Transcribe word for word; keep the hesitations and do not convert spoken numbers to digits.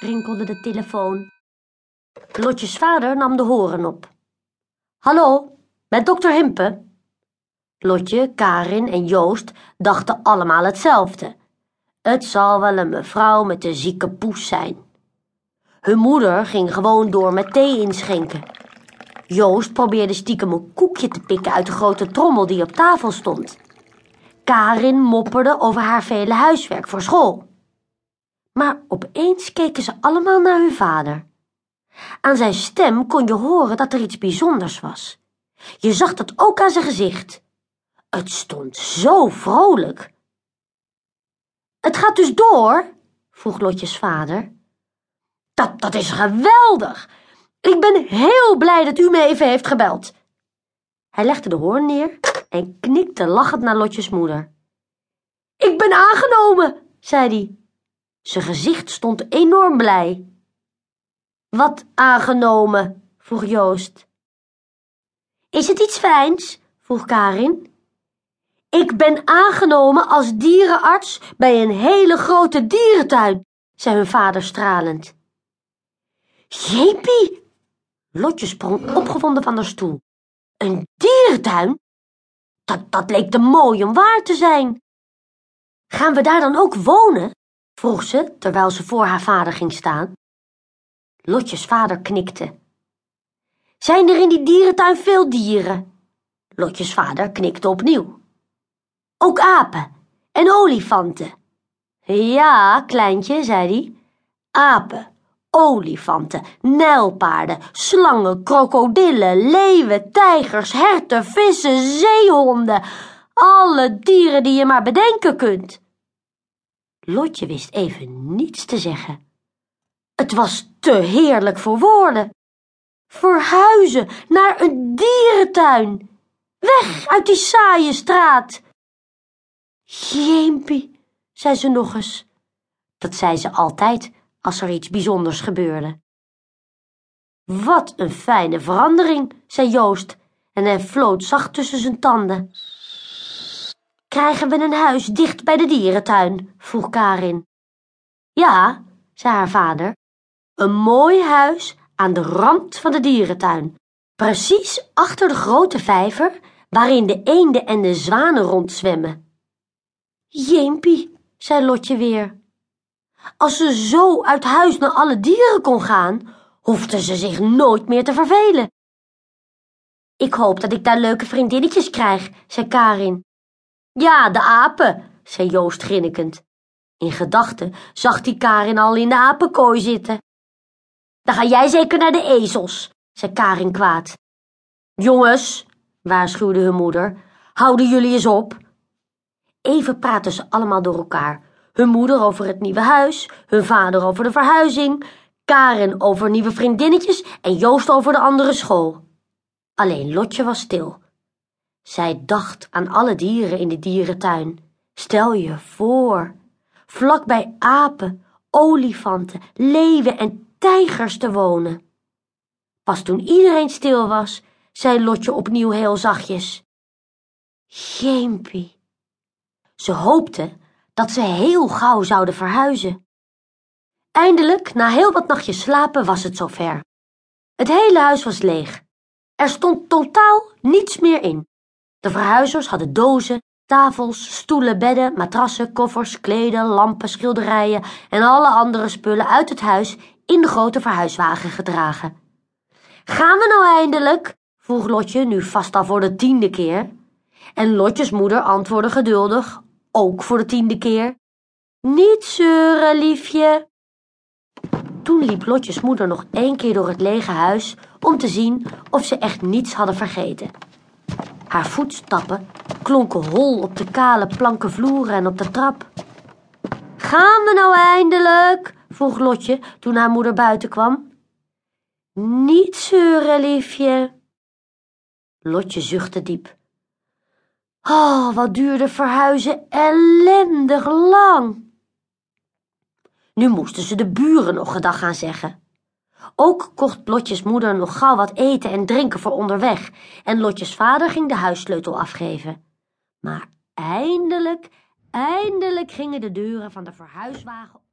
rinkelde de telefoon. Lotjes vader nam de horen op. Hallo, met dokter Himpe. Lotje, Karin en Joost dachten allemaal hetzelfde. Het zal wel een mevrouw met een zieke poes zijn. Hun moeder ging gewoon door met thee inschenken. Joost probeerde stiekem een koekje te pikken uit de grote trommel die op tafel stond. Karin mopperde over haar vele huiswerk voor school. Maar opeens keken ze allemaal naar hun vader. Aan zijn stem kon je horen dat er iets bijzonders was. Je zag dat ook aan zijn gezicht. Het stond zo vrolijk. Het gaat dus door? Vroeg Lotjes vader. Dat, dat is geweldig! Ik ben heel blij dat u me even heeft gebeld. Hij legde de hoorn neer en knikte lachend naar Lotjes moeder. Ik ben aangenomen, zei hij. Zijn gezicht stond enorm blij. Wat aangenomen? Vroeg Joost. Is het iets fijns? Vroeg Karin. Ik ben aangenomen als dierenarts bij een hele grote dierentuin, zei hun vader stralend. Jeepie! Lotje sprong opgewonden van haar stoel. Een dierentuin? Dat, dat leek te mooi om waar te zijn. Gaan we daar dan ook wonen? Vroeg ze, terwijl ze voor haar vader ging staan. Lotjes vader knikte. Zijn er in die dierentuin veel dieren? Lotjes vader knikte opnieuw. Ook apen en olifanten. Ja, kleintje, zei hij. Apen, olifanten, nijlpaarden, slangen, krokodillen, leeuwen, tijgers, herten, vissen, zeehonden. Alle dieren die je maar bedenken kunt. Lotje wist even niets te zeggen. Het was te heerlijk voor woorden. Verhuizen naar een dierentuin. Weg uit die saaie straat. Jeempie, zei ze nog eens. Dat zei ze altijd als er iets bijzonders gebeurde. Wat een fijne verandering, zei Joost en hij floot zacht tussen zijn tanden. Krijgen we een huis dicht bij de dierentuin? Vroeg Karin. Ja, zei haar vader. Een mooi huis aan de rand van de dierentuin. Precies achter de grote vijver waarin de eenden en de zwanen rondzwemmen. Jeempie, zei Lotje weer. Als ze zo uit huis naar alle dieren kon gaan, hoefde ze zich nooit meer te vervelen. Ik hoop dat ik daar leuke vriendinnetjes krijg, zei Karin. Ja, de apen, zei Joost grinnikend. In gedachten zag die Karin al in de apenkooi zitten. Dan ga jij zeker naar de ezels, zei Karin kwaad. Jongens, waarschuwde hun moeder, houden jullie eens op. Even praten ze allemaal door elkaar. Hun moeder over het nieuwe huis, hun vader over de verhuizing, Karin over nieuwe vriendinnetjes en Joost over de andere school. Alleen Lotje was stil. Zij dacht aan alle dieren in de dierentuin. Stel je voor, vlakbij apen, olifanten, leeuwen en tijgers te wonen. Pas toen iedereen stil was, zei Lotje opnieuw heel zachtjes. Jeempie. Ze hoopte dat ze heel gauw zouden verhuizen. Eindelijk, na heel wat nachtjes slapen, was het zover. Het hele huis was leeg. Er stond totaal niets meer in. De verhuizers hadden dozen, tafels, stoelen, bedden, matrassen, koffers, kleden, lampen, schilderijen en alle andere spullen uit het huis in de grote verhuiswagen gedragen. Gaan we nou eindelijk? Vroeg Lotje nu vast al voor de tiende keer. En Lotjes moeder antwoordde geduldig, ook voor de tiende keer. Niet zeuren, liefje. Toen liep Lotjes moeder nog één keer door het lege huis om te zien of ze echt niets hadden vergeten. Haar voetstappen klonken hol op de kale planken vloeren en op de trap. Gaan we nou eindelijk? Vroeg Lotje toen haar moeder buiten kwam. Niet zeuren, liefje. Lotje zuchtte diep. Oh, wat duurde verhuizen ellendig lang. Nu moesten ze de buren nog gedag gaan zeggen. Ook kocht Lotjes moeder nog gauw wat eten en drinken voor onderweg en Lotjes vader ging de huissleutel afgeven. Maar eindelijk, eindelijk gingen de deuren van de verhuiswagen